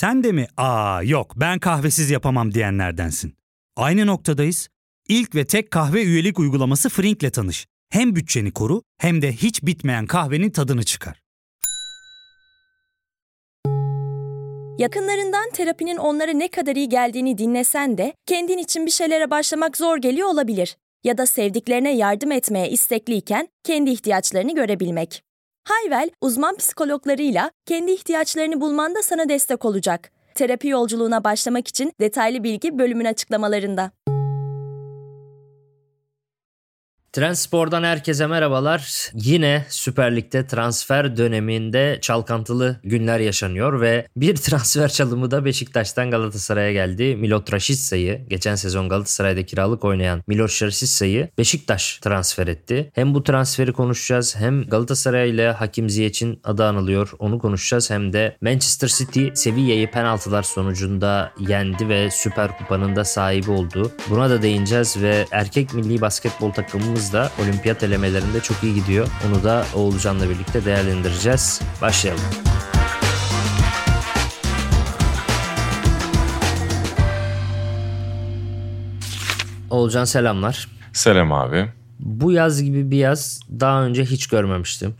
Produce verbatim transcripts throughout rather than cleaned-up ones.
Sen de mi "Aa yok ben kahvesiz yapamam" diyenlerdensin? Aynı noktadayız. İlk ve tek kahve üyelik uygulaması Frink'le tanış. Hem bütçeni koru hem de hiç bitmeyen kahvenin tadını çıkar. Yakınlarından terapinin onlara ne kadar iyi geldiğini dinlesen de kendin için bir şeylere başlamak zor geliyor olabilir. Ya da sevdiklerine yardım etmeye istekliyken kendi ihtiyaçlarını görebilmek. Hayvel, uzman psikologlarıyla kendi ihtiyaçlarını bulmanda sana destek olacak. Terapi yolculuğuna başlamak için detaylı bilgi bölümün açıklamalarında. Trendspor'dan herkese merhabalar. Yine Süper Lig'de transfer döneminde çalkantılı günler yaşanıyor ve bir transfer çalımı da Beşiktaş'tan Galatasaray'a geldi. Milot Rashidsa'yı, geçen sezon Galatasaray'da kiralık oynayan Milot Rashidsa'yı Beşiktaş transfer etti. Hem bu transferi konuşacağız, hem Galatasaray ile Hakim Ziyech'in adı anılıyor, onu konuşacağız. Hem de Manchester City Sevilla'yı penaltılar sonucunda yendi ve Süper Kupa'nın da sahibi oldu. Buna da değineceğiz ve erkek milli basketbol takımımız da olimpiyat elemelerinde çok iyi gidiyor. Onu da Oğulcan'la birlikte değerlendireceğiz. Başlayalım. Oğulcan selamlar. Selam abi. Bu yaz gibi bir yaz daha önce hiç görmemiştim.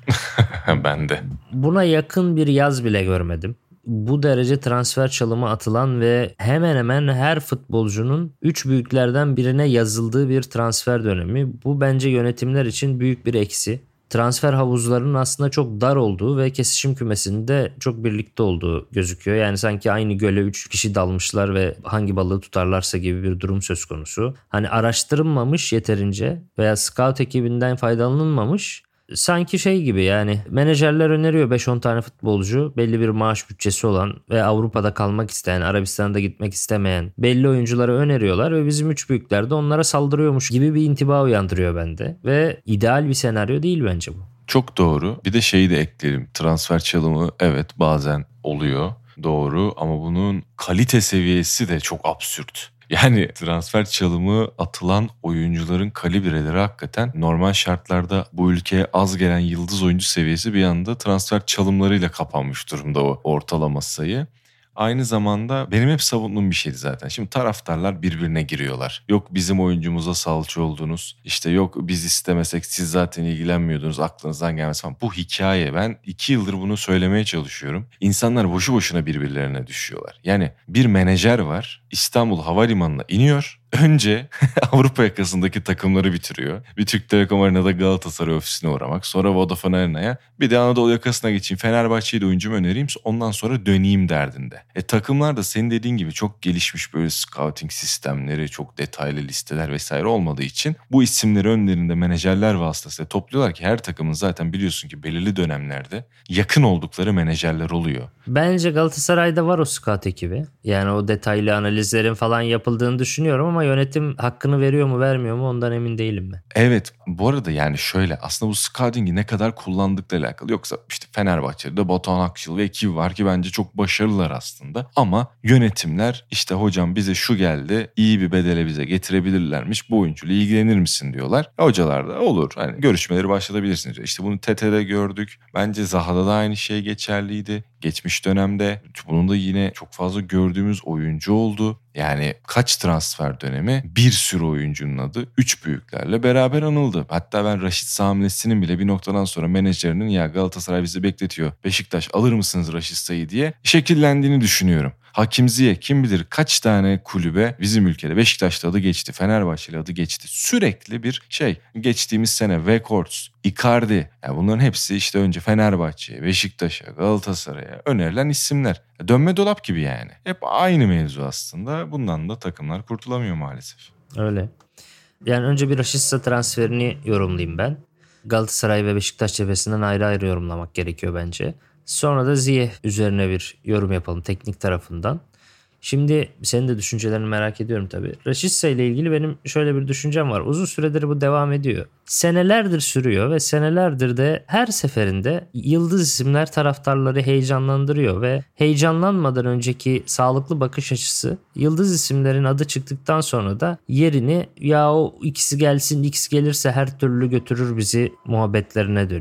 Ben de. Buna yakın bir yaz bile görmedim. Bu derece transfer çalımı atılan ve hemen hemen her futbolcunun üç büyüklerden birine yazıldığı bir transfer dönemi. Bu bence yönetimler için büyük bir eksi. Transfer havuzlarının aslında çok dar olduğu ve kesişim kümesinde çok birlikte olduğu gözüküyor. Yani sanki aynı göle üç kişi dalmışlar ve hangi balığı tutarlarsa gibi bir durum söz konusu. Hani araştırılmamış yeterince veya scout ekibinden faydalanılmamış. Sanki şey gibi, yani menajerler öneriyor beş on tane futbolcu, belli bir maaş bütçesi olan ve Avrupa'da kalmak isteyen, Arabistan'da gitmek istemeyen belli oyuncuları öneriyorlar ve bizim üç büyükler de onlara saldırıyormuş gibi bir intiba uyandırıyor bende ve ideal bir senaryo değil bence bu. Çok doğru. Bir de şeyi de ekleyelim. Transfer çalımı evet bazen oluyor. Doğru, ama bunun kalite seviyesi de çok absürt. Yani transfer çalımı atılan oyuncuların kalibreleri hakikaten normal şartlarda bu ülkeye az gelen yıldız oyuncu seviyesi bir anda transfer çalımlarıyla kapanmış durumda o ortalama sayı. Aynı zamanda benim hep savunduğum bir şeydi zaten. Şimdi taraftarlar birbirine giriyorlar. Yok bizim oyuncumuza salça oldunuz. İşte yok biz istemesek siz zaten ilgilenmiyordunuz, aklınızdan gelmez falan. Bu hikaye. Ben iki yıldır bunu söylemeye çalışıyorum. İnsanlar boşu boşuna birbirlerine düşüyorlar. Yani bir menajer var, İstanbul Havalimanı'na iniyor. Önce Avrupa yakasındaki takımları bitiriyor. Bir Türk Telekom Arena'da Galatasaray ofisine uğramak. Sonra Vodafone Arena'ya. Bir de Anadolu yakasına geçeyim. Fenerbahçe'yi de oyuncumu önereyim. Ondan sonra döneyim derdinde. E takımlar da senin dediğin gibi çok gelişmiş böyle scouting sistemleri, çok detaylı listeler vesaire olmadığı için bu isimleri önlerinde menajerler vasıtasıyla topluyorlar ki her takımın zaten biliyorsun ki belirli dönemlerde yakın oldukları menajerler oluyor. Bence Galatasaray'da var o scout ekibi. Yani o detaylı analizlerin falan yapıldığını düşünüyorum ama yönetim hakkını veriyor mu vermiyor mu ondan emin değilim ben. Evet, bu arada yani şöyle, aslında bu scouting'i ne kadar kullandıklarıyla alakalı. Yoksa işte Fenerbahçe'de Batuhan Akçıl ve ekibi var ki bence çok başarılılar aslında. Ama yönetimler işte hocam bize şu geldi, iyi bir bedele bize getirebilirlermiş, bu oyuncuyla ilgilenir misin diyorlar. Hocalar da olur, hani görüşmeleri başlatabilirsiniz diyor. İşte bunu T T'de gördük. Bence Zaha'da da aynı şey geçerliydi. Geçmiş dönemde bunun da yine çok fazla gördüğümüz oyuncu oldu. Yani kaç transfer dönemi bir sürü oyuncunun adı üç büyüklerle beraber anıldı. Hatta ben Raşit hamlesinin bile bir noktadan sonra menajerinin ya Galatasaray bizi bekletiyor, Beşiktaş alır mısınız Raşitsa'yı diye şekillendiğini düşünüyorum. Hakim Ziyech kim bilir kaç tane kulübe bizim ülkede, Beşiktaş'ta adı geçti, Fenerbahçe'li adı geçti. Sürekli bir şey. Geçtiğimiz sene Weghorst, Icardi, yani bunların hepsi işte önce Fenerbahçe'ye, Beşiktaş'a, Galatasaray'a önerilen isimler. Dönme dolap gibi yani. Hep aynı mevzu aslında. Bundan da takımlar kurtulamıyor maalesef. Öyle. Yani önce bir Rashica transferini yorumlayayım ben. Galatasaray ve Beşiktaş cephesinden ayrı ayrı yorumlamak gerekiyor bence. Sonra da Ziyech üzerine bir yorum yapalım teknik tarafından. Şimdi senin de düşüncelerini merak ediyorum tabii. Rashica ile ilgili benim şöyle bir düşüncem var. Uzun süredir bu devam ediyor. Senelerdir sürüyor ve senelerdir de her seferinde yıldız isimler taraftarları heyecanlandırıyor ve heyecanlanmadan önceki sağlıklı bakış açısı yıldız isimlerin adı çıktıktan sonra da yerini ya o ikisi gelsin, X gelirse her türlü götürür bizi muhabbetlerine dönüyor.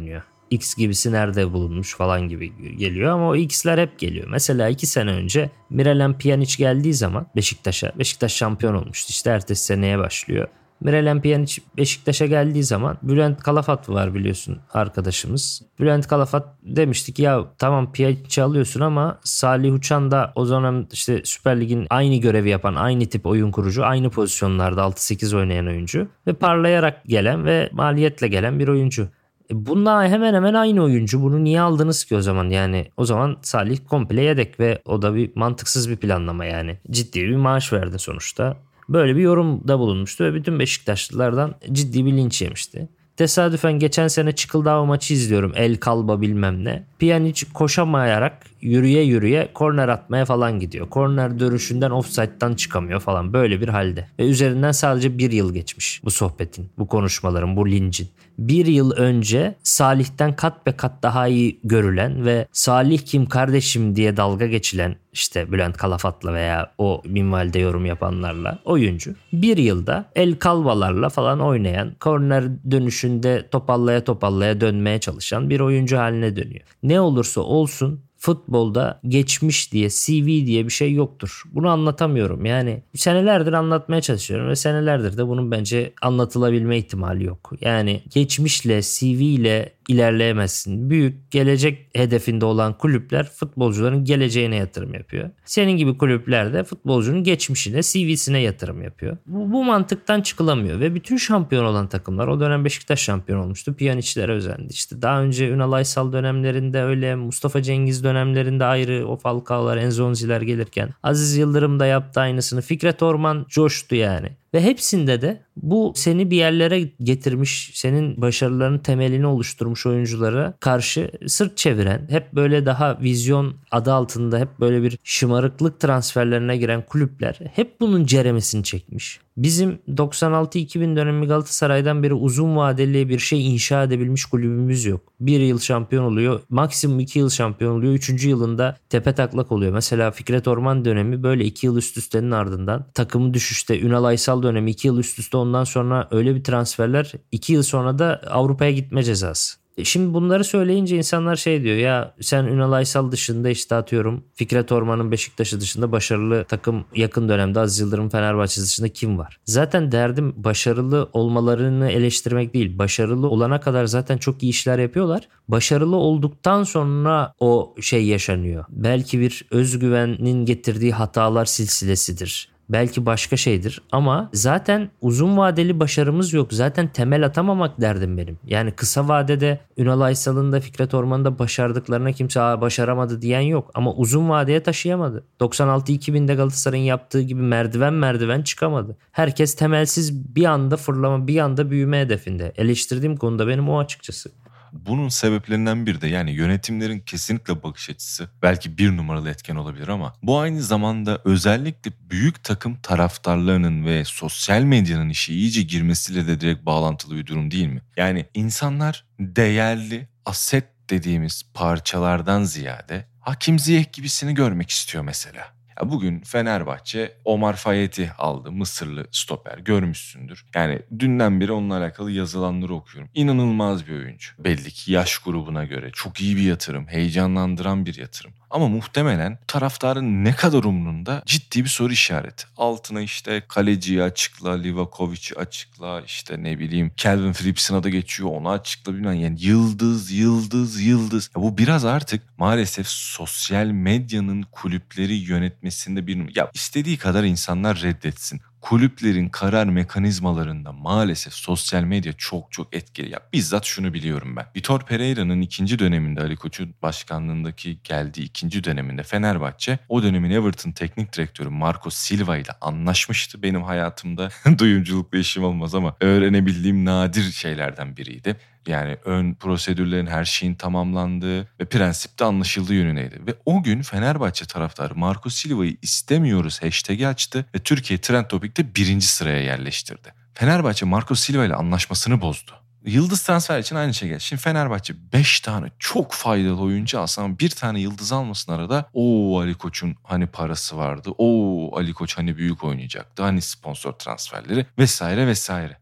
X gibisi nerede bulunmuş falan gibi geliyor ama o X'ler hep geliyor. Mesela iki sene önce Miralem Pjanic geldiği zaman Beşiktaş'a, Beşiktaş şampiyon olmuştu. İşte ertesi seneye başlıyor. Miralem Pjanic Beşiktaş'a geldiği zaman Bülent Kalafat var biliyorsun arkadaşımız. Bülent Kalafat demiştik ya tamam Pjanic'i alıyorsun ama Salih Uçan da o zaman işte Süper Lig'in aynı görevi yapan, aynı tip oyun kurucu, aynı pozisyonlarda altı sekiz oynayan oyuncu ve parlayarak gelen ve maliyetle gelen bir oyuncu. Bunlar hemen hemen aynı oyuncu. Bunu niye aldınız ki o zaman? Yani o zaman Salih komple yedek ve o da bir mantıksız bir planlama yani. Ciddi bir maaş verdin sonuçta. Böyle bir yorumda bulunmuştu ve bütün Beşiktaşlılardan ciddi bir linç yemişti. Tesadüfen geçen sene Çıkıldağ maçı izliyorum. El Kalba bilmem ne. Pjanic koşamayarak yürüye yürüye korner atmaya falan gidiyor. Korner dönüşünden offside'dan çıkamıyor falan böyle bir halde. Ve üzerinden sadece bir yıl geçmiş bu sohbetin, bu konuşmaların, bu lincin. Bir yıl önce Salih'ten kat be kat daha iyi görülen ve Salih kim kardeşim diye dalga geçilen işte Bülent Kalafat'la veya o minvalde yorum yapanlarla oyuncu. Bir yılda el kalbalarla falan oynayan, korner dönüşünde topallaya topallaya dönmeye çalışan bir oyuncu haline dönüyor. Ne olursa olsun futbolda geçmiş diye, C V diye bir şey yoktur. Bunu anlatamıyorum. Yani senelerdir anlatmaya çalışıyorum ve senelerdir de bunun bence anlatılabilme ihtimali yok. Yani geçmişle, C V ile ilerleyemezsin. Büyük gelecek hedefinde olan kulüpler futbolcuların geleceğine yatırım yapıyor. Senin gibi kulüpler de futbolcunun geçmişine, C V'sine yatırım yapıyor. Bu, bu mantıktan çıkılamıyor ve bütün şampiyon olan takımlar, o dönem Beşiktaş şampiyon olmuştu. Pjanic'lere özendi. İşte daha önce Ünal Aysal dönemlerinde öyle, Mustafa Cengiz dönemlerinde ayrı, o Falcao'lar, Enzonzi'ler gelirken Aziz Yıldırım da yaptı aynısını. Fikret Orman coştu yani. Ve hepsinde de bu seni bir yerlere getirmiş, senin başarılarının temelini oluşturmuş oyunculara karşı sırt çeviren, hep böyle daha vizyon adı altında hep böyle bir şımarıklık transferlerine giren kulüpler hep bunun ceremesini çekmiş. Bizim doksan altı iki bin dönemi Galatasaray'dan beri uzun vadeli bir şey inşa edebilmiş kulübümüz yok. Bir yıl şampiyon oluyor, maksimum iki yıl şampiyon oluyor, üçüncü yılında tepe taklak oluyor. Mesela Fikret Orman dönemi böyle iki yıl üst üstenin ardından takımı düşüşte, Ünal Aysal dönemi iki yıl üst üste, ondan sonra öyle bir transferler, iki yıl sonra da Avrupa'ya gitme cezası. Şimdi bunları söyleyince insanlar şey diyor ya, sen Ünal Aysal dışında işte atıyorum Fikret Orman'ın Beşiktaş'ı dışında başarılı takım yakın dönemde Aziz Yıldırım Fenerbahçe dışında kim var? Zaten derdim başarılı olmalarını eleştirmek değil. Başarılı olana kadar zaten çok iyi işler yapıyorlar. Başarılı olduktan sonra o şey yaşanıyor. Belki bir özgüvenin getirdiği hatalar silsilesidir. Belki başka şeydir ama zaten uzun vadeli başarımız yok. Zaten temel atamamak derdim benim. Yani kısa vadede Ünal Aysal'ın da Fikret Orman'ın da başardıklarına kimse başaramadı diyen yok. Ama uzun vadeye taşıyamadı. doksan altı iki binde Galatasaray'ın yaptığı gibi merdiven merdiven çıkamadı. Herkes temelsiz bir anda fırlama, bir anda büyüme hedefinde. Eleştirdiğim konuda benim o açıkçası. Bunun sebeplerinden biri de yani yönetimlerin kesinlikle bakış açısı belki bir numaralı etken olabilir ama bu aynı zamanda özellikle büyük takım taraftarlarının ve sosyal medyanın işe iyice girmesiyle de direkt bağlantılı bir durum değil mi? Yani insanlar değerli aset dediğimiz parçalardan ziyade Hakim Ziyech gibisini görmek istiyor mesela. Ya bugün Fenerbahçe Omar Fayett'i aldı, Mısırlı stoper, görmüşsündür. Yani dünden beri onunla alakalı yazılanları okuyorum. İnanılmaz bir oyuncu. Belli ki yaş grubuna göre çok iyi bir yatırım, heyecanlandıran bir yatırım. Ama muhtemelen taraftarın ne kadar umrunda ciddi bir soru işareti. Altına işte kaleciyi açıkla, Livakovic'i açıkla, işte ne bileyim Calvin Phillips'in adı geçiyor, onu açıkla bilmem. Yani yıldız, yıldız, yıldız. Ya bu biraz artık maalesef sosyal medyanın kulüpleri yönetmesinde bir... Ya istediği kadar insanlar reddetsin. Kulüplerin karar mekanizmalarında maalesef sosyal medya çok çok etkili. Ya bizzat şunu biliyorum ben. Vitor Pereira'nın ikinci döneminde, Ali Koç'un başkanlığındaki geldiği ikinci döneminde Fenerbahçe o dönemin Everton teknik direktörü Marco Silva ile anlaşmıştı. Benim hayatımda duyumculukla işim olmaz ama öğrenebildiğim nadir şeylerden biriydi. Yani ön prosedürlerin her şeyin tamamlandığı ve prensipte anlaşıldığı yönündeydi. Ve o gün Fenerbahçe taraftarı Marco Silva'yı istemiyoruz hashtag'i açtı ve Türkiye Trend Topic'te birinci sıraya yerleştirdi. Fenerbahçe Marco Silva ile anlaşmasını bozdu. Yıldız transfer için aynı şey geldi. Şimdi Fenerbahçe beş tane çok faydalı oyuncu alsa ama bir tane yıldız almasın arada. Oo Ali Koç'un hani parası vardı. Oo Ali Koç hani büyük oynayacaktı. Hani sponsor transferleri vesaire vesaire.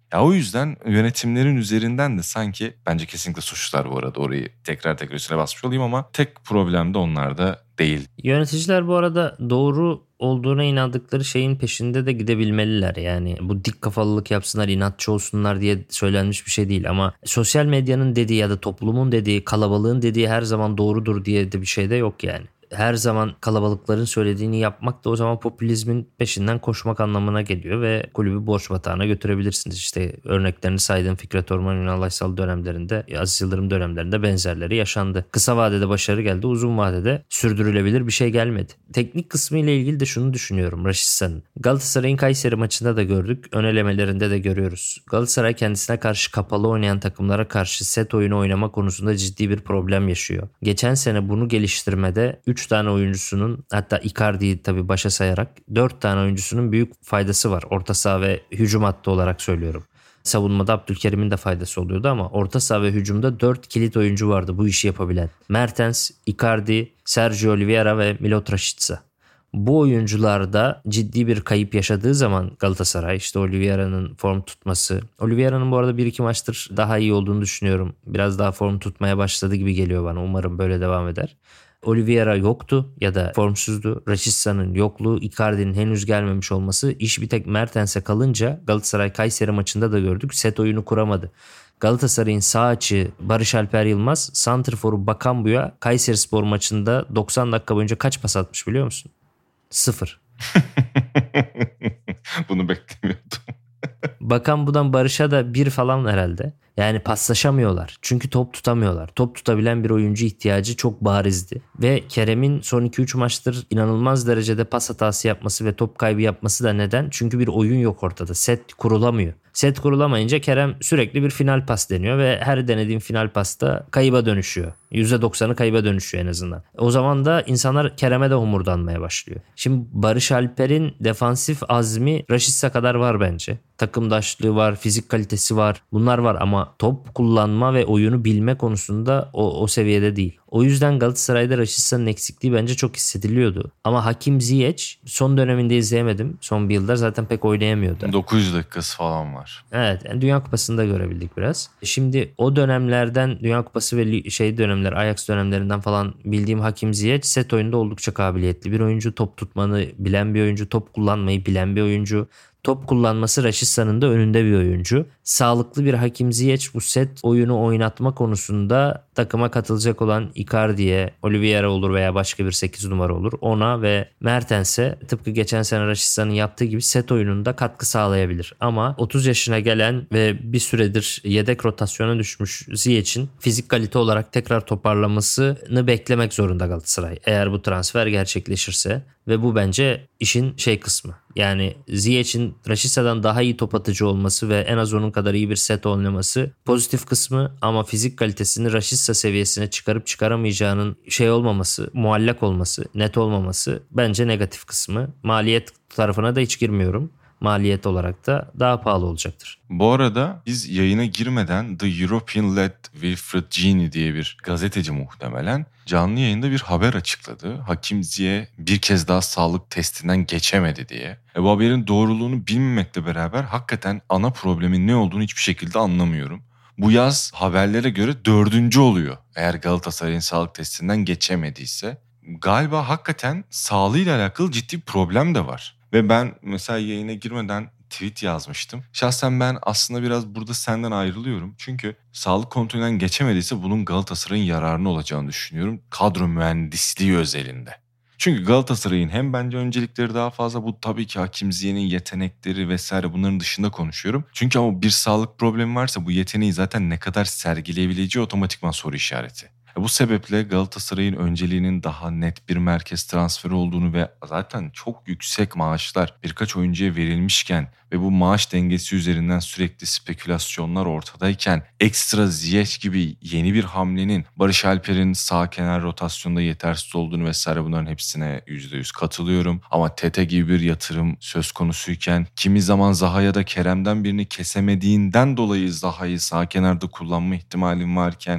Ya o yüzden yönetimlerin üzerinden de sanki, bence kesinlikle suçlar bu arada, orayı tekrar tekrar üstüne basmış olayım ama tek problem de onlarda değil. Yöneticiler bu arada doğru olduğuna inandıkları şeyin peşinde de gidebilmeliler. Yani bu dik kafalılık yapsınlar, inatçı olsunlar diye söylenmiş bir şey değil. Ama sosyal medyanın dediği ya da toplumun dediği, kalabalığın dediği her zaman doğrudur diye de bir şey de yok yani. Her zaman kalabalıkların söylediğini yapmak da o zaman popülizmin peşinden koşmak anlamına geliyor ve kulübü borç batağına götürebilirsiniz. İşte örneklerini saydığım Fikret Orman, Ünal Aysal dönemlerinde, Aziz Yıldırım dönemlerinde benzerleri yaşandı. Kısa vadede başarı geldi, uzun vadede sürdürülebilir bir şey gelmedi. Teknik kısmı ile ilgili de şunu düşünüyorum Raşitsa'nın. Galatasaray'ın Kayseri maçında da gördük, ön elemelerinde de görüyoruz. Galatasaray kendisine karşı kapalı oynayan takımlara karşı set oyunu oynama konusunda ciddi bir problem yaşıyor. Geçen sene bunu geliştirmede üç tane oyuncusunun, hatta Icardi'yi tabii başa sayarak dört tane oyuncusunun büyük faydası var. Orta saha ve hücum hattı olarak söylüyorum. Savunmada Abdülkerim'in de faydası oluyordu ama orta saha ve hücumda dört kilit oyuncu vardı bu işi yapabilen. Mertens, Icardi, Sergio Oliveira ve Milot Rashica. Bu oyuncularda ciddi bir kayıp yaşadığı zaman Galatasaray, işte Oliveira'nın form tutması. Oliveira'nın bu arada bir iki maçtır daha iyi olduğunu düşünüyorum. Biraz daha form tutmaya başladı gibi geliyor bana. Umarım böyle devam eder. Oliveira yoktu ya da formsuzdu. Rachica'nın yokluğu, Icardi'nin henüz gelmemiş olması, iş bir tek Mertens'e kalınca Galatasaray Kayseri maçında da gördük, set oyunu kuramadı. Galatasaray'ın sağ açığı Barış Alper Yılmaz, santrforu Bakambu'ya Kayserispor maçında doksan dakika boyunca kaç pas atmış biliyor musun? Sıfır. Bunu beklemiyordum. Bakambu'dan Barış'a da bir falan herhalde. Yani paslaşamıyorlar. Çünkü top tutamıyorlar. Top tutabilen bir oyuncu ihtiyacı çok barizdi. Ve Kerem'in son iki üç maçtır inanılmaz derecede pas hatası yapması ve top kaybı yapması da neden? Çünkü bir oyun yok ortada. Set kurulamıyor. Set kurulamayınca Kerem sürekli bir final pas deniyor ve her denediğim final pasta kayıba dönüşüyor. yüzde doksanı kayıba dönüşüyor en azından. O zaman da insanlar Kerem'e de homurdanmaya başlıyor. Şimdi Barış Alper'in defansif azmi Rashica kadar var bence. Takımdaşlığı var, fizik kalitesi var. Bunlar var ama top kullanma ve oyunu bilme konusunda o, o seviyede değil. O yüzden Galatasaray'da Rashica'nın eksikliği bence çok hissediliyordu. Ama Hakim Ziyech son döneminde izleyemedim. Son bir yılda zaten pek oynayamıyordu. dokuz yüz dakikası falan var. Evet, yani Dünya Kupası'nda görebildik biraz. Şimdi o dönemlerden, Dünya Kupası ve şey dönemler, Ajax dönemlerinden falan bildiğim Hakim Ziyech set oyunda oldukça kabiliyetli bir oyuncu. Top tutmanı bilen bir oyuncu, top kullanmayı bilen bir oyuncu. Top kullanması Rashica'nın da önünde bir oyuncu. Sağlıklı bir Hakim Ziyech bu set oyunu oynatma konusunda takıma katılacak olan Icardi'ye, Oliveira olur veya başka bir sekiz numara olur, ona ve Mertens'e tıpkı geçen sene Rashica'nın yaptığı gibi set oyununda katkı sağlayabilir. Ama otuz yaşına gelen ve bir süredir yedek rotasyona düşmüş Ziyech'in fizik kalite olarak tekrar toparlamasını beklemek zorunda Galatasaray. Eğer bu transfer gerçekleşirse ve bu bence işin şey kısmı. Yani Ziyech'in Rashica'dan daha iyi top atıcı olması ve en az onun kadar iyi bir set oynaması pozitif kısmı, ama fizik kalitesini Rashica seviyesine çıkarıp çıkaramayacağının şey olmaması, muallak olması, net olmaması bence negatif kısmı. Maliyet tarafına da hiç girmiyorum. Maliyet olarak da daha pahalı olacaktır. Bu arada biz yayına girmeden The European Led Wilfred Gini diye bir gazeteci muhtemelen canlı yayında bir haber açıkladı. Hakim Ziyech bir kez daha sağlık testinden geçemedi diye. E bu haberin doğruluğunu bilmemekle beraber hakikaten ana problemin ne olduğunu hiçbir şekilde anlamıyorum. Bu yaz haberlere göre dördüncü oluyor eğer Galatasaray'ın sağlık testinden geçemediyse. Galiba hakikaten sağlığıyla alakalı ciddi bir problem de var. Ve ben mesela yayına girmeden tweet yazmıştım. Şahsen ben aslında biraz burada senden ayrılıyorum. Çünkü sağlık kontrolünden geçemediyse bunun Galatasaray'ın yararına olacağını düşünüyorum. Kadro mühendisliği özelinde. Çünkü Galatasaray'ın hem bence öncelikleri daha fazla, bu tabii ki Hakim Ziyech'in yetenekleri vesaire, bunların dışında konuşuyorum. Çünkü ama bir sağlık problemi varsa bu yeteneği zaten ne kadar sergileyebileceği otomatikman soru işareti. Bu sebeple Galatasaray'ın önceliğinin daha net bir merkez transferi olduğunu ve zaten çok yüksek maaşlar birkaç oyuncuya verilmişken ve bu maaş dengesi üzerinden sürekli spekülasyonlar ortadayken ekstra Ziyech gibi yeni bir hamlenin Barış Alper'in sağ kenar rotasyonda yetersiz olduğunu vesaire, bunların hepsine yüzde yüz katılıyorum. Ama Tete gibi bir yatırım söz konusuyken, kimi zaman Zaha ya da Kerem'den birini kesemediğinden dolayı Zaha'yı sağ kenarda kullanma ihtimalin varken,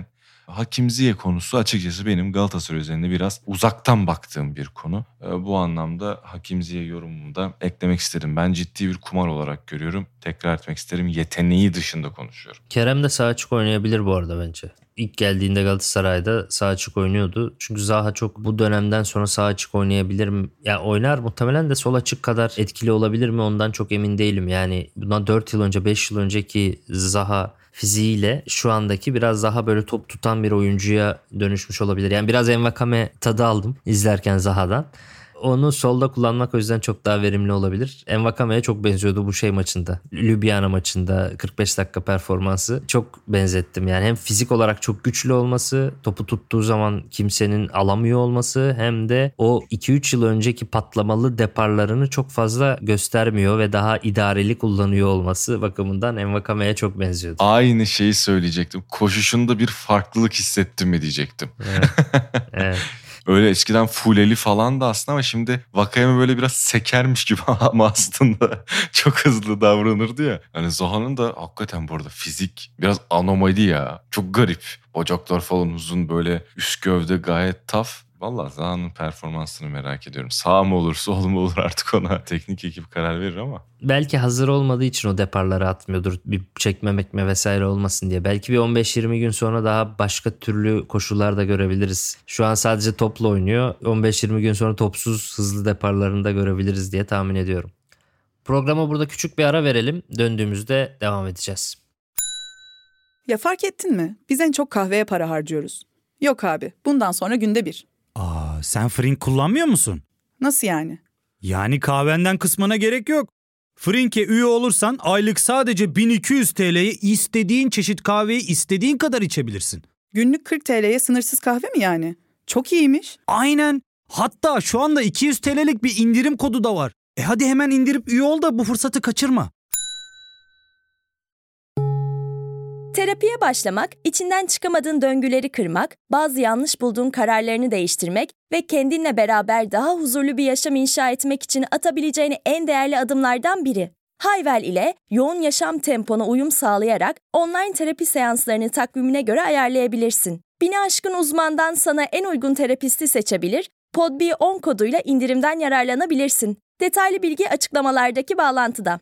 Hakim Ziyech konusu açıkçası benim Galatasaray üzerinde biraz uzaktan baktığım bir konu. Bu anlamda Hakim Ziyech yorumumu da eklemek istedim. Ben ciddi bir kumar olarak görüyorum. Tekrar etmek isterim. Yeteneği dışında konuşuyorum. Kerem de sağ açık oynayabilir bu arada bence. İlk geldiğinde Galatasaray'da sağ açık oynuyordu. Çünkü Zaha çok bu dönemden sonra sağ açık oynayabilir mi? Ya yani oynar muhtemelen de sol açık kadar etkili olabilir mi? Ondan çok emin değilim. Yani bundan dört yıl önce beş yıl önceki Zaha fiziğiyle şu andaki biraz daha böyle top tutan bir oyuncuya dönüşmüş olabilir. Yani biraz Envakame tadı aldım izlerken Zaha'dan. Onu solda kullanmak o yüzden çok daha verimli olabilir. Envakame'ye çok benziyordu bu şey maçında. Ljubljana maçında kırk beş dakika performansı çok benzettim. Yani hem fizik olarak çok güçlü olması, topu tuttuğu zaman kimsenin alamıyor olması, hem de o iki üç yıl önceki patlamalı deparlarını çok fazla göstermiyor ve daha idareli kullanıyor olması bakımından Envakame'ye çok benziyordu. Aynı şeyi söyleyecektim. Koşuşunda bir farklılık hissettim mi diyecektim. Evet. Evet. Öyle eskiden fuleli falan da aslında ama şimdi Vakayeme böyle biraz sekermiş gibi ama aslında çok hızlı davranırdı ya. Hani Zaha'nın da hakikaten bu arada fizik biraz anomali ya. Çok garip. Bacaklar falan uzun, böyle üst gövde gayet tough. Vallahi Zaha'nın performansını merak ediyorum. Sağ mı olur, sol mu olur artık ona teknik ekip karar verir ama. Belki hazır olmadığı için o deparları atmıyordur. Bir çekme mekme vesaire olmasın diye. Belki bir on beş yirmi gün sonra daha başka türlü koşullar da görebiliriz. Şu an sadece topla oynuyor. on beş yirmi gün sonra topsuz hızlı deparlarını da görebiliriz diye tahmin ediyorum. Programa burada küçük bir ara verelim. Döndüğümüzde devam edeceğiz. Ya fark ettin mi? Biz en çok kahveye para harcıyoruz. Yok abi, bundan sonra günde bir. Aa, sen Frink kullanmıyor musun? Nasıl yani? Yani kahvenden kısmına gerek yok. Frink'e üye olursan aylık sadece bin iki yüz T L'ye istediğin çeşit kahveyi istediğin kadar içebilirsin. Günlük kırk T L'ye sınırsız kahve mi yani? Çok iyiymiş. Aynen. Hatta şu anda iki yüz T L'lik bir indirim kodu da var. E hadi hemen indirip üye ol da bu fırsatı kaçırma. Terapiye başlamak, içinden çıkamadığın döngüleri kırmak, bazı yanlış bulduğun kararlarını değiştirmek ve kendinle beraber daha huzurlu bir yaşam inşa etmek için atabileceğin en değerli adımlardan biri. Hayvel ile yoğun yaşam tempona uyum sağlayarak online terapi seanslarını takvimine göre ayarlayabilirsin. Bini aşkın uzmandan sana en uygun terapisti seçebilir, Podb on koduyla indirimden yararlanabilirsin. Detaylı bilgi açıklamalardaki bağlantıda.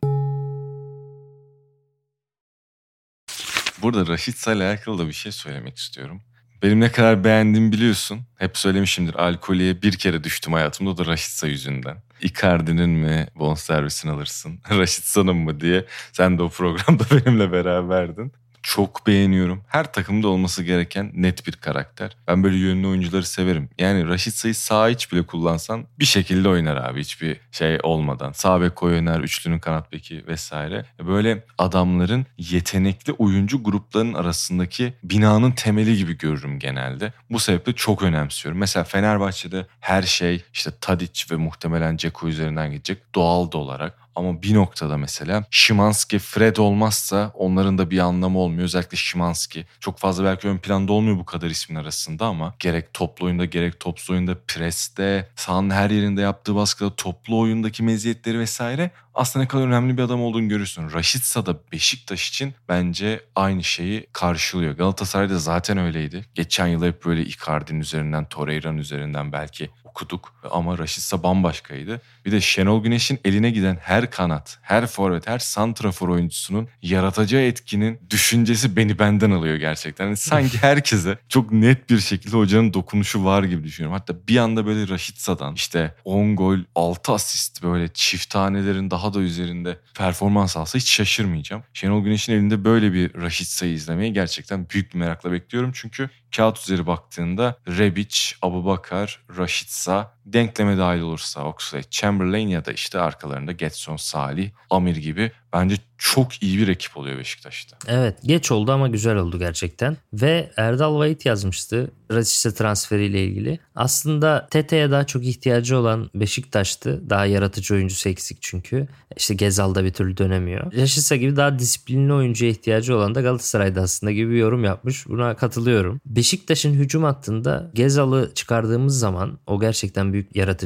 Burada Rashica ile alakalı da bir şey söylemek istiyorum. Benim ne kadar beğendiğimi biliyorsun. Hep söylemişimdir, alkoleye bir kere düştüm hayatımda, o da Rashica yüzünden. Icardi'nin mi bonservisini alırsın, Rashica'nın mı diye sen de o programda benimle beraberdin. Çok beğeniyorum. Her takımda olması gereken net bir karakter. Ben böyle yönlü oyuncuları severim. Yani Rashica'yı sağ iç bile kullansan bir şekilde oynar abi. Hiçbir şey olmadan. Sağ bek oynar, üçlünün kanat beki vesaire. Böyle adamların yetenekli oyuncu gruplarının arasındaki binanın temeli gibi görürüm genelde. Bu sebeple çok önemsiyorum. Mesela Fenerbahçe'de her şey işte Tadic ve muhtemelen Dzeko üzerinden gidecek doğal da olarak. Ama bir noktada mesela Szymański, Fred olmazsa onların da bir anlamı olmuyor. Özellikle Szymański. Çok fazla belki ön planda olmuyor bu kadar ismin arasında ama gerek toplu oyunda gerek topsuz oyunda, preste, sahanın her yerinde yaptığı baskıda, toplu oyundaki meziyetleri vesaire aslında ne kadar önemli bir adam olduğunu görürsün. Rashica da Beşiktaş için bence aynı şeyi karşılıyor. Galatasaray'da zaten öyleydi. Geçen yıl hep böyle Icardi'nin üzerinden, Torreira'nın üzerinden belki okuduk ama Rashica bambaşkaydı. Bir de Şenol Güneş'in eline giden her kanat, her forvet, her santrafor oyuncusunun yaratacağı etkinin düşüncesi beni benden alıyor gerçekten. Yani sanki herkese çok net bir şekilde hocanın dokunuşu var gibi düşünüyorum. Hatta bir anda böyle Rashica'dan işte on gol, altı asist, böyle çift tanelerin daha da üzerinde performans alsa hiç şaşırmayacağım. Şenol Güneş'in elinde böyle bir Rashica'yı izlemeyi gerçekten büyük bir merakla bekliyorum. Çünkü kağıt üzeri baktığında Rebic, Abubakar, Rashica, denkleme dahil olursa Oxlade-Chamberlain ya da işte arkalarında Getson, Salih, Amir gibi bence çok iyi bir ekip oluyor Beşiktaş'ta. Evet, geç oldu ama güzel oldu gerçekten. Ve Erdal Vahit yazmıştı Rashica transferiyle ilgili. Aslında Tete'ye daha çok ihtiyacı olan Beşiktaş'tı. Daha yaratıcı oyuncusu eksik çünkü. İşte Gezal da bir türlü dönemiyor. Rashica gibi daha disiplinli oyuncuya ihtiyacı olan da Galatasaray'da aslında gibi bir yorum yapmış. Buna katılıyorum. Beşiktaş'ın hücum hattında Gezal'ı çıkardığımız zaman o gerçekten büyük yaratıcı.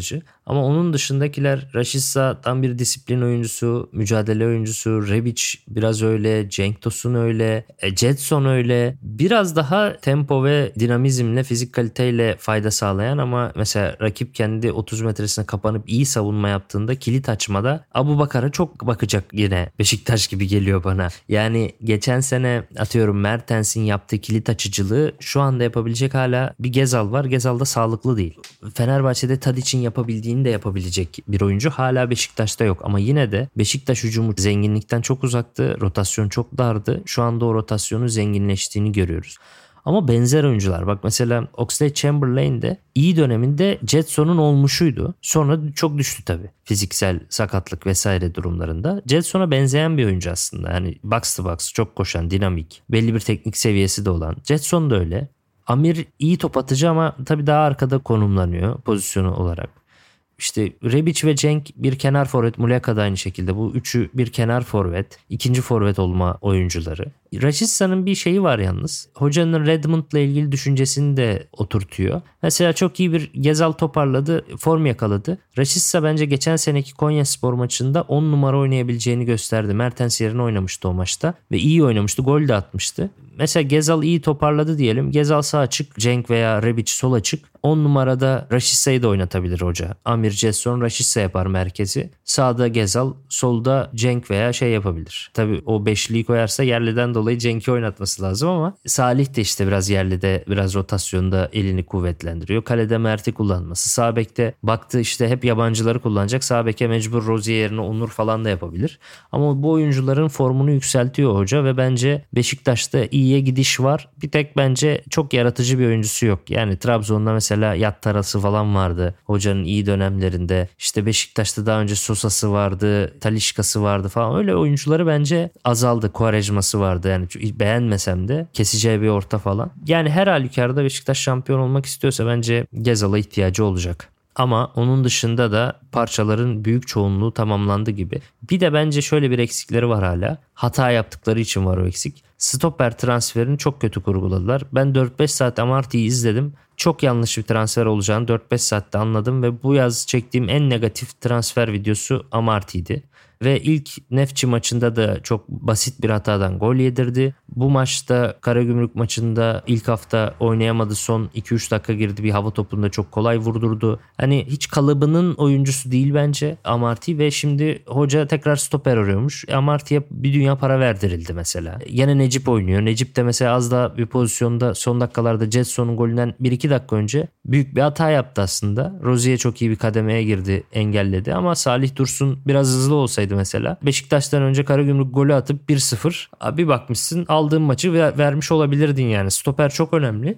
Ama onun dışındakiler, Rashica tam bir disiplin oyuncusu, mücadele oyuncusu, Rebic biraz öyle, Cenk Tosun öyle, e, Jetson öyle. Biraz daha tempo ve dinamizmle, fizik kaliteyle fayda sağlayan ama mesela rakip kendi otuz metresine kapanıp iyi savunma yaptığında kilit açmada Abubakar'a çok bakacak yine Beşiktaş gibi geliyor bana. Yani geçen sene atıyorum Mertens'in yaptığı kilit açıcılığı şu anda yapabilecek hala bir Gezal var. Gezal da sağlıklı değil. Fenerbahçe'de Tadic'in yapabildiğini de yapabilecek bir oyuncu hala Beşiktaş'ta yok. Ama yine de Beşiktaş hücumu zenginlikten çok uzaktı. Rotasyon çok dardı. Şu anda o rotasyonu zenginleştiğini görüyoruz. Ama benzer oyuncular. Bak mesela Oxlade-Chamberlain de iyi döneminde Jetson'un olmuşuydu. Sonra çok düştü tabii. Fiziksel sakatlık vesaire durumlarında. Jetson'a benzeyen bir oyuncu aslında. Yani box to box, çok koşan, dinamik, belli bir teknik seviyesi de olan. Jetson da öyle. Amir iyi top atıcı ama tabii daha arkada konumlanıyor pozisyonu olarak. İşte Rebic ve Cenk bir kenar forvet, Muleka da aynı şekilde. Bu üçü bir kenar forvet, ikinci forvet olma oyuncuları. Rashica'nın bir şeyi var yalnız. Hocanın Redmond'la ilgili düşüncesini de oturtuyor. Mesela çok iyi bir Gezal toparladı, form yakaladı. Rashica bence geçen seneki Konyaspor maçında on numara oynayabileceğini gösterdi. Mertens yerine oynamıştı o maçta ve iyi oynamıştı, gol de atmıştı. Mesela Gezal iyi toparladı diyelim. Gezal sağ açık, Cenk veya Rebic sol açık. on numarada Rashica'yı da oynatabilir hoca. Amir Jetson Rashica yapar merkezi. Sağda Gezal, solda Cenk veya şey yapabilir. Tabii o beşliyi koyarsa yerliden dolayı Cenk'i oynatması lazım ama Salih de işte biraz yerlide, biraz rotasyonda elini kuvvetlendiriyor. Kalede Mert'i kullanması. Sağ bekte baktı işte hep yabancıları kullanacak. Sağ beke mecbur Rozier yerine Onur falan da yapabilir. Ama bu oyuncuların formunu yükseltiyor hoca ve bence Beşiktaş'ta iyiye gidiş var. Bir tek bence çok yaratıcı bir oyuncusu yok. Yani Trabzon'da mesela Yattarası falan vardı. Hocanın iyi dönemlerinde. İşte Beşiktaş'ta daha önce Sosa'sı vardı, Talisca'sı vardı falan. Öyle oyuncuları bence azaldı. Quaresma'sı vardı. Yani beğenmesem de keseceği bir orta falan. Yani her halükarda Beşiktaş şampiyon olmak istiyorsa bence Gezal'a ihtiyacı olacak. Ama onun dışında da parçaların büyük çoğunluğu tamamlandı gibi. Bir de bence şöyle bir eksikleri var hala. Hata yaptıkları için var o eksik. Stoper transferini çok kötü kurguladılar. Ben dört beş saat Amarty'yi izledim. Çok yanlış bir transfer olacağını dört beş saatte anladım ve bu yaz çektiğim en negatif transfer videosu Amarty'ydi. Ve ilk Nefçi maçında da çok basit bir hatadan gol yedirdi. Bu maçta Karagümrük maçında ilk hafta oynayamadı. Son iki üç dakika girdi, bir hava topunda çok kolay vurdurdu. Hani hiç kalıbının oyuncusu değil bence Amarty ve şimdi hoca tekrar stoper arıyormuş. Amarty'ye bir dünya para verdirildi mesela. Yine Necip oynuyor. Necip de mesela az daha bir pozisyonda son dakikalarda Jetson'un golünden bir iki dakika önce büyük bir hata yaptı aslında. Rozier çok iyi bir kademeye girdi, engelledi ama Salih Dursun biraz hızlı olsaydı mesela Beşiktaş'tan önce Karagümrük golü atıp bir sıfır bir bakmışsın aldığın maçı vermiş olabilirdin yani. Stoper çok önemli.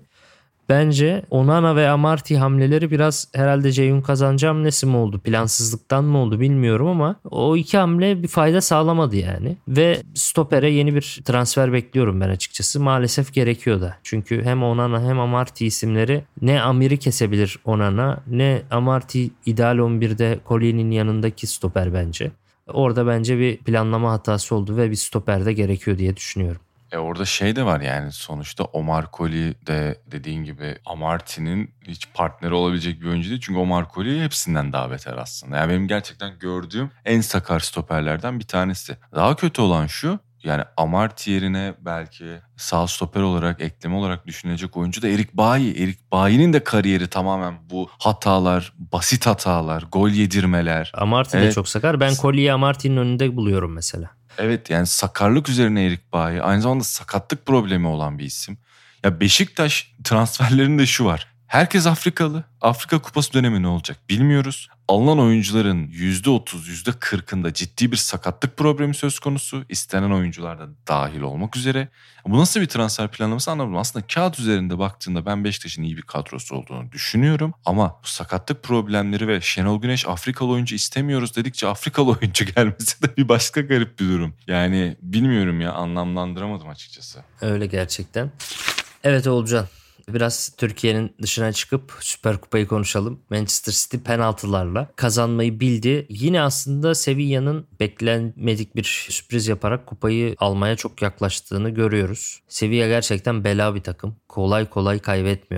Bence Onana ve Amarty hamleleri biraz herhalde Ceyhun Kazancı hamlesi mi oldu, plansızlıktan mı oldu bilmiyorum ama o iki hamle bir fayda sağlamadı yani. Ve stopere yeni bir transfer bekliyorum ben açıkçası. Maalesef gerekiyor da. Çünkü hem Onana hem Amarty isimleri ne Amir'i kesebilir Onana ne Amarty ideal on birde Colley'nin yanındaki stoper bence. Orada bence bir planlama hatası oldu ve bir stoper de gerekiyor diye düşünüyorum. E orada şey de var yani sonuçta Omar Colley de dediğin gibi Amarty'nin hiç partneri olabilecek bir oyuncu değil. Çünkü Omar Colley hepsinden daha beter aslında. Yani benim gerçekten gördüğüm en sakar stoperlerden bir tanesi. Daha kötü olan şu, yani Amarty yerine belki sağ stoper olarak, ekleme olarak düşünülecek oyuncu da Erik Bailly. Erik Bailly'nin de kariyeri tamamen bu hatalar, basit hatalar, gol yedirmeler. Amarty evet. de çok sakar. Ben Colley'i Amarty'nin önünde buluyorum mesela. Evet yani sakarlık üzerine Erik Bailly. Aynı zamanda sakatlık problemi olan bir isim. Ya Beşiktaş transferlerinde şu var. Herkes Afrikalı. Afrika Kupası dönemi ne olacak bilmiyoruz. Alınan oyuncuların yüzde otuz, yüzde kırkında ciddi bir sakatlık problemi söz konusu. İstenen oyuncular da dahil olmak üzere. Bu nasıl bir transfer planlaması anlamadım. Aslında kağıt üzerinde baktığında ben Beşiktaş'ın iyi bir kadrosu olduğunu düşünüyorum. Ama bu sakatlık problemleri ve Şenol Güneş Afrikalı oyuncu istemiyoruz dedikçe Afrikalı oyuncu gelmesi de bir başka garip bir durum. Yani bilmiyorum ya, anlamlandıramadım açıkçası. Öyle gerçekten. Evet Oğulcan. Biraz Türkiye'nin dışına çıkıp Süper Kupayı konuşalım. Manchester City penaltılarla kazanmayı bildi. Yine aslında Sevilla'nın beklenmedik bir sürpriz yaparak kupayı almaya çok yaklaştığını görüyoruz. Sevilla gerçekten bela bir takım. Kolay kolay kaybetmiyorlar.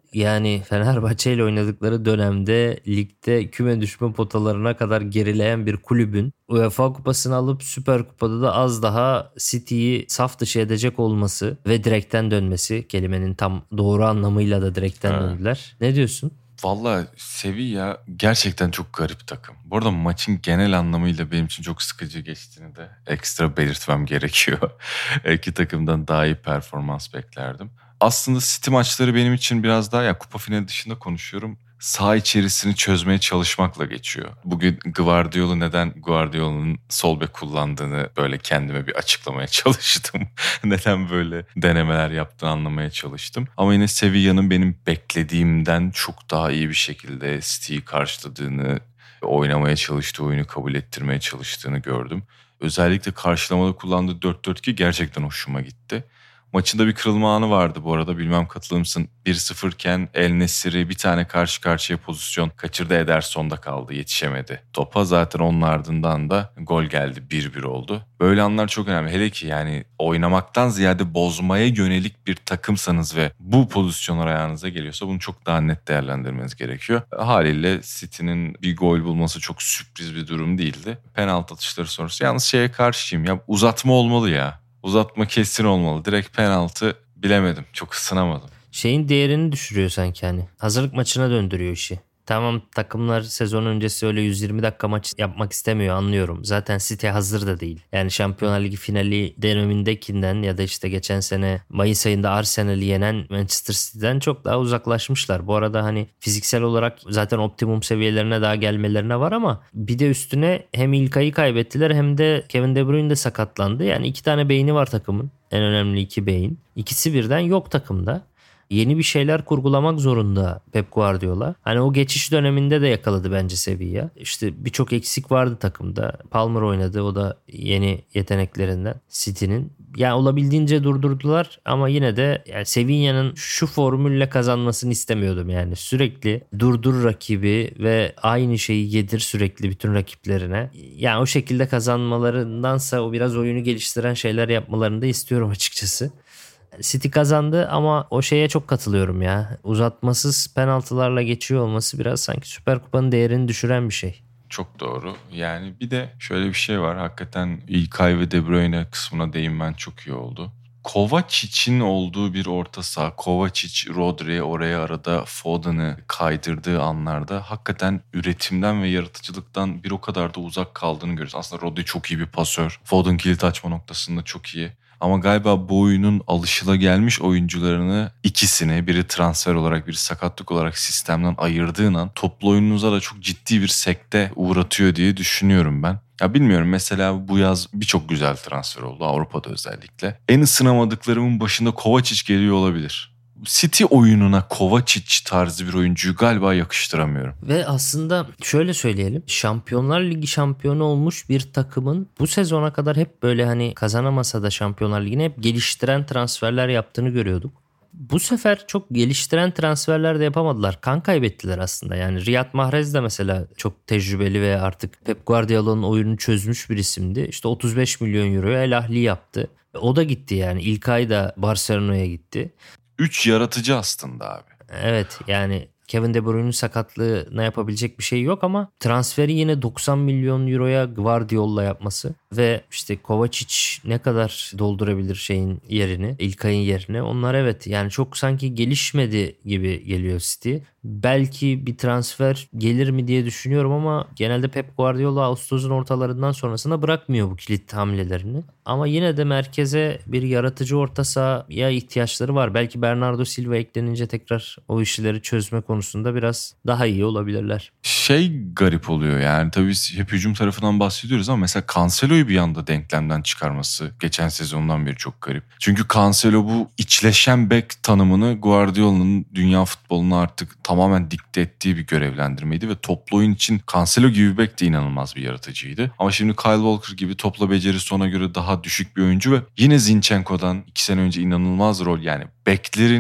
Yani Fenerbahçe ile oynadıkları dönemde ligde küme düşme potalarına kadar gerileyen bir kulübün UEFA Kupası'nı alıp Süper Kupa'da da az daha City'yi saf dışı edecek olması ve direkten dönmesi, kelimenin tam doğru anlamıyla da direkten Evet. döndüler. Ne diyorsun? Vallahi Sevilla gerçekten çok garip takım. Bu arada maçın genel anlamıyla benim için çok sıkıcı geçtiğini de ekstra belirtmem gerekiyor. İki takımdan daha iyi performans beklerdim. Aslında City maçları benim için biraz daha, ya kupa finali dışında konuşuyorum, saha içerisini çözmeye çalışmakla geçiyor. Bugün Guardiola neden Guardiola'nın sol bek kullandığını böyle kendime bir açıklamaya çalıştım. Neden böyle denemeler yaptığını anlamaya çalıştım. Ama yine Sevilla'nın benim beklediğimden çok daha iyi bir şekilde City'yi karşıladığını, oynamaya çalıştığı oyunu kabul ettirmeye çalıştığını gördüm. Özellikle karşılamada kullandığı dört dört iki gerçekten hoşuma gitti. Maçında bir kırılma anı vardı bu arada, bilmem katılır mısın? bir sıfır iken El Nesiri bir tane karşı karşıya pozisyon kaçırdı, Ederson'da kaldı, yetişemedi topa. Zaten onun ardından da gol geldi, bir bir oldu. Böyle anlar çok önemli. Hele ki yani oynamaktan ziyade bozmaya yönelik bir takımsanız ve bu pozisyonlar ayağınıza geliyorsa bunu çok daha net değerlendirmeniz gerekiyor. Haliyle City'nin bir gol bulması çok sürpriz bir durum değildi. Penaltı atışları sonrası yalnız şeye karşıyım, ya uzatma olmalı ya. Uzatma kesin olmalı. Direkt penaltı bilemedim. Çok ısınamadım. Şeyin değerini düşürüyor sanki hani. Hazırlık maçına döndürüyor işi. Tamam, takımlar sezon öncesi öyle yüz yirmi dakika maç yapmak istemiyor, anlıyorum. Zaten City hazır da değil. Yani Şampiyonlar Ligi finali dönemindekinden ya da işte geçen sene Mayıs ayında Arsenal'i yenen Manchester City'den çok daha uzaklaşmışlar. Bu arada hani fiziksel olarak zaten optimum seviyelerine daha gelmelerine var ama bir de üstüne hem İlkay'ı kaybettiler hem de Kevin De Bruyne de sakatlandı. Yani iki tane beyni var takımın. En önemli iki beyin. İkisi birden yok takımda. Yeni bir şeyler kurgulamak zorunda Pep Guardiola. Hani o geçiş döneminde de yakaladı bence Sevilla. İşte birçok eksik vardı takımda. Palmer oynadı, o da yeni yeteneklerinden City'nin. Yani olabildiğince durdurdular ama yine de yani Sevilla'nın şu formülle kazanmasını istemiyordum yani. Sürekli durdur rakibi ve aynı şeyi yedir sürekli bütün rakiplerine. Yani o şekilde kazanmalarındansa o biraz oyunu geliştiren şeyler yapmalarını da istiyorum açıkçası. City kazandı ama o şeye çok katılıyorum ya. Uzatmasız penaltılarla geçiyor olması biraz sanki Süper Kupa'nın değerini düşüren bir şey. Çok doğru. Yani bir de şöyle bir şey var. Hakikaten İlkay ve De Bruyne kısmına değinmen çok iyi oldu. Kovacic'in olduğu bir orta saha, Kovacic, Rodri oraya arada Foden'ı kaydırdığı anlarda hakikaten üretimden ve yaratıcılıktan bir o kadar da uzak kaldığını görüyoruz. Aslında Rodri çok iyi bir pasör. Foden kilit açma noktasında çok iyi. Ama galiba bu oyunun alışılagelmiş oyuncularını, ikisini, biri transfer olarak biri sakatlık olarak sistemden ayırdığın an toplu oyununuza da çok ciddi bir sekte uğratıyor diye düşünüyorum ben. Ya bilmiyorum, mesela bu yaz birçok güzel transfer oldu Avrupa'da özellikle. En ısınamadıklarımın başında Kovacic geliyor olabilir. City oyununa Kovacic tarzı bir oyuncuyu galiba yakıştıramıyorum. Ve aslında şöyle söyleyelim. Şampiyonlar Ligi şampiyonu olmuş bir takımın bu sezona kadar hep böyle hani kazanamasa da Şampiyonlar Ligi'ni hep geliştiren transferler yaptığını görüyorduk. Bu sefer çok geliştiren transferler de yapamadılar. Kan kaybettiler aslında. Yani Riyad Mahrez de mesela çok tecrübeli ve artık Pep Guardiola'nın oyununu çözmüş bir isimdi. İşte otuz beş milyon euroya El Ahly yaptı. O da gitti yani. İlkay da Barcelona'ya gitti. Üç yaratıcı aslında abi. Evet yani Kevin De Bruyne'nin sakatlığına yapabilecek bir şey yok ama transferi yine doksan milyon euroya Guardiola yapması ve işte Kovacic ne kadar doldurabilir şeyin yerini, İlkay'ın yerine, onlar evet yani çok sanki gelişmedi gibi geliyor City. Belki bir transfer gelir mi diye düşünüyorum ama genelde Pep Guardiola Ağustos'un ortalarından sonrasına bırakmıyor bu kilit hamlelerini. Ama yine de merkeze bir yaratıcı orta sahaya ihtiyaçları var. Belki Bernardo Silva eklenince tekrar o işleri çözme konusunda biraz daha iyi olabilirler. Şey garip oluyor yani, tabii hep hücum tarafından bahsediyoruz ama mesela Cancelo'yu bir anda denklemden çıkarması geçen sezondan beri çok garip. Çünkü Cancelo bu içleşen bek tanımını Guardiola'nın dünya futboluna artık tamamen dikte ettiği bir görevlendirmeydi ve toplu oyun için Cancelo gibi bir bek de inanılmaz bir yaratıcıydı. Ama şimdi Kyle Walker gibi topla becerisi ona göre daha düşük bir oyuncu ve yine Zinchenko'dan iki sene önce inanılmaz rol, yani beklerini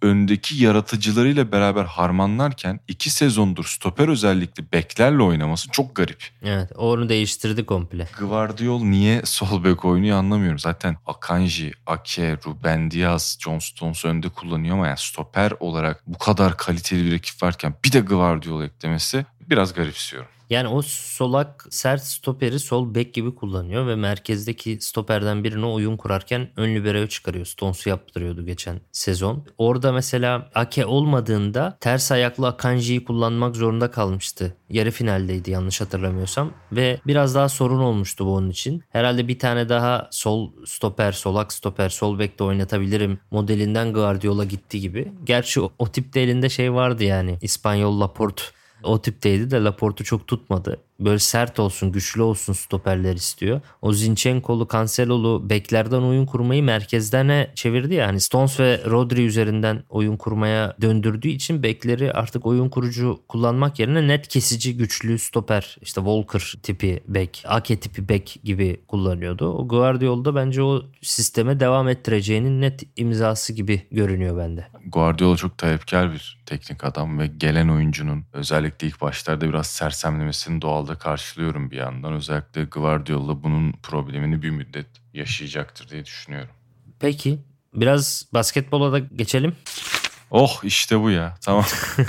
öndeki yaratıcılarıyla beraber harmanlarken iki sezondur stoper özellikle beklerle oynaması çok garip. Evet, onu değiştirdi komple. Gvardiol niye sol bek oynuyor anlamıyorum. Zaten Akanji, Ake, Ruben Dias, John Stones önde kullanıyor ama yani stoper olarak bu kadar kaliteli bir rakip varken bir de Gvardiol eklemesi biraz garipsiyorum. Yani o solak sert stoperi sol bek gibi kullanıyor ve merkezdeki stoperden birine oyun kurarken ön libero'yu çıkarıyor. Stones'u yaptırıyordu geçen sezon. Orada mesela Ake olmadığında ters ayaklı Akanji'yi kullanmak zorunda kalmıştı. Yarı finaldeydi yanlış hatırlamıyorsam ve biraz daha sorun olmuştu bu onun için. Herhalde bir tane daha sol stoper, solak stoper, sol bekte oynatabilirim modelinden Guardiol'a gitti gibi. Gerçi o, o tipte elinde şey vardı yani İspanyol Laporte. O tipteydi de Laporte'u çok tutmadı. Böyle sert olsun, güçlü olsun stoperler istiyor. O Zinchenko'lu, Cancelo'lu beklerden oyun kurmayı merkezlerine çevirdi ya. Hani Stones ve Rodri üzerinden oyun kurmaya döndürdüğü için bekleri artık oyun kurucu kullanmak yerine net kesici, güçlü stoper, işte Walker tipi bek, Ake tipi bek gibi kullanıyordu. O Guardiola'da bence o sisteme devam ettireceğinin net imzası gibi görünüyor bende. Guardiola çok talepkar bir teknik adam ve gelen oyuncunun özellikle ilk başlarda biraz sersemlemesini doğal da karşılıyorum bir yandan. Özellikle Guardiola bunun problemini bir müddet yaşayacaktır diye düşünüyorum. Peki biraz basketbola da geçelim. Oh işte bu ya tamam.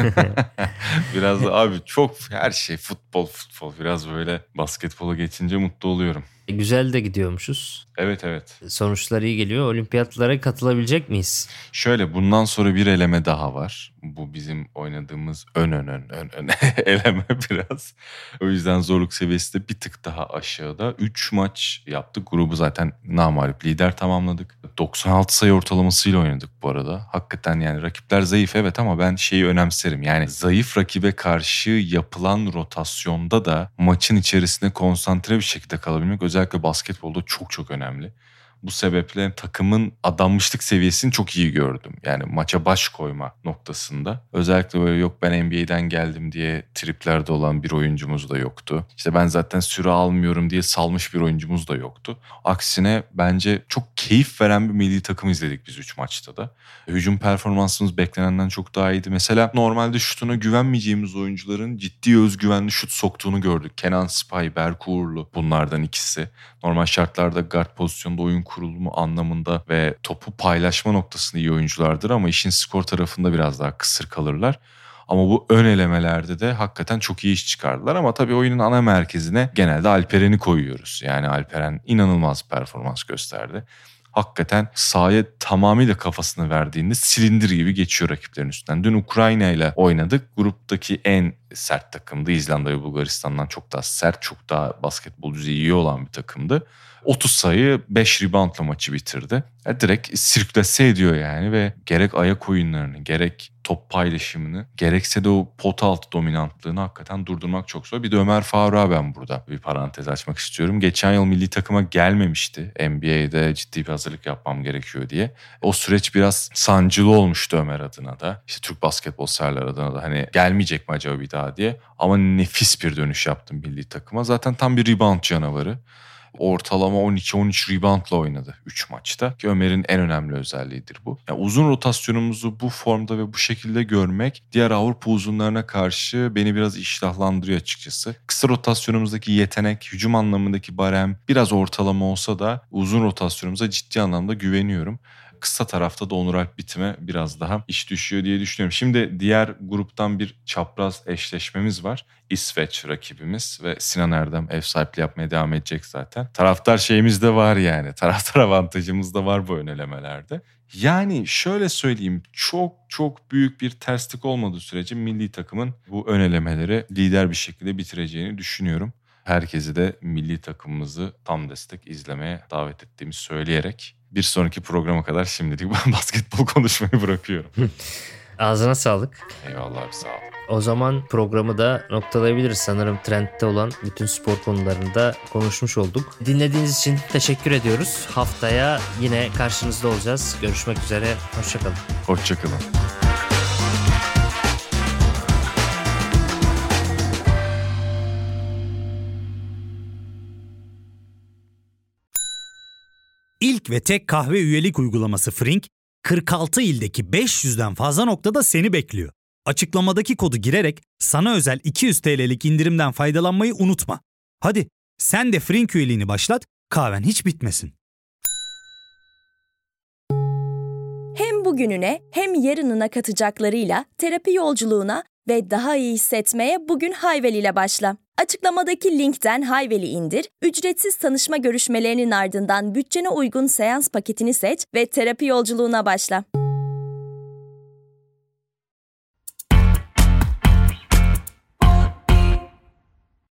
Biraz da abi çok her şey futbol futbol biraz böyle basketbola geçince mutlu oluyorum. E, güzel de gidiyormuşuz. Evet evet. Sonuçlar iyi geliyor. Olimpiyatlara katılabilecek miyiz? Şöyle bundan sonra bir eleme daha var. Bu bizim oynadığımız ön ön ön ön, ön eleme biraz. O yüzden zorluk seviyesi de bir tık daha aşağıda. üç maç yaptık. Grubu zaten namağlup lider tamamladık. doksan altı sayı ortalamasıyla oynadık bu arada. Hakikaten yani rakipler zayıf evet ama ben şeyi önemserim. Yani zayıf rakibe karşı yapılan rotasyonda da maçın içerisinde konsantre bir şekilde kalabilmek özellikle basketbolda çok çok önemli. Bu sebeple takımın adanmışlık seviyesini çok iyi gördüm. Yani maça baş koyma noktasında. Özellikle böyle yok ben N B A'den geldim diye triplerde olan bir oyuncumuz da yoktu. İşte ben zaten süre almıyorum diye salmış bir oyuncumuz da yoktu. Aksine bence çok keyif veren bir milli takım izledik biz üç maçta da. Hücum performansımız beklenenden çok daha iyiydi. Mesela normalde şutuna güvenmeyeceğimiz oyuncuların ciddi özgüvenli şut soktuğunu gördük. Kenan Spy, Berk Uğurlu bunlardan ikisi. Normal şartlarda guard pozisyonda oyun kurulumu anlamında ve topu paylaşma noktasında iyi oyunculardır ama işin skor tarafında biraz daha kısır kalırlar. Ama bu ön elemelerde de hakikaten çok iyi iş çıkardılar ama tabii oyunun ana merkezine genelde Alperen'i koyuyoruz. Yani Alperen inanılmaz performans gösterdi. Hakikaten sahaya tamamıyla kafasını verdiğinde silindir gibi geçiyor rakiplerin üstünden. Dün Ukrayna ile oynadık. Gruptaki en sert takımdı. İzlanda ve Bulgaristan'dan çok daha sert, çok daha basketbol düzeyi iyi olan bir takımdı. otuz sayı beş reboundla maçı bitirdi. Yani direkt sirkülase ediyor yani ve gerek ayak oyunlarını, gerek top paylaşımını, gerekse de o pot altı dominantlığını hakikaten durdurmak çok zor. Bir de Ömer Faruk'a ben burada bir parantez açmak istiyorum. Geçen yıl milli takıma gelmemişti. N B A'de ciddi bir hazırlık yapmam gerekiyor diye. O süreç biraz sancılı olmuştu Ömer adına da. İşte Türk basketbol severler adına da hani gelmeyecek mi acaba bir daha diye. Ama nefis bir dönüş yaptım milli takıma. Zaten tam bir rebound canavarı. Ortalama on iki on üç reboundla oynadı üç maçta. Ki Ömer'in en önemli özelliğidir bu. Yani uzun rotasyonumuzu bu formda ve bu şekilde görmek diğer Avrupa uzunlarına karşı beni biraz iştahlandırıyor açıkçası. Kısa rotasyonumuzdaki yetenek, hücum anlamındaki barem biraz ortalama olsa da uzun rotasyonumuza ciddi anlamda güveniyorum. Kısa tarafta da Onur Alp Bitim'e biraz daha iş düşüyor diye düşünüyorum. Şimdi diğer gruptan bir çapraz eşleşmemiz var. İsveç rakibimiz ve Sinan Erdem ev sahipliği yapmaya devam edecek zaten. Taraftar şeyimiz de var yani. Taraftar avantajımız da var bu ön elemelerde. Yani şöyle söyleyeyim çok çok büyük bir terslik olmadığı sürece milli takımın bu ön elemeleri lider bir şekilde bitireceğini düşünüyorum. Herkesi de milli takımımızı tam destek izlemeye davet ettiğimi söyleyerek bir sonraki programa kadar şimdilik ben basketbol konuşmayı bırakıyorum. Ağzına sağlık. Eyvallah abi sağ ol. O zaman programı da noktalayabiliriz. Sanırım trendte olan bütün spor konularında konuşmuş olduk. Dinlediğiniz için teşekkür ediyoruz. Haftaya yine karşınızda olacağız. Görüşmek üzere. Hoşçakalın. Hoşçakalın. İlk ve tek kahve üyelik uygulaması Frink, kırk altı ildeki beş yüzden fazla noktada seni bekliyor. Açıklamadaki kodu girerek sana özel iki yüz TL'lik indirimden faydalanmayı unutma. Hadi sen de Frink üyeliğini başlat, kahven hiç bitmesin. Hem bugününe hem yarınına katacaklarıyla terapi yolculuğuna ve daha iyi hissetmeye bugün Hayvel ile başla. Açıklamadaki linkten Hayvel'i indir, ücretsiz tanışma görüşmelerinin ardından bütçene uygun seans paketini seç ve terapi yolculuğuna başla.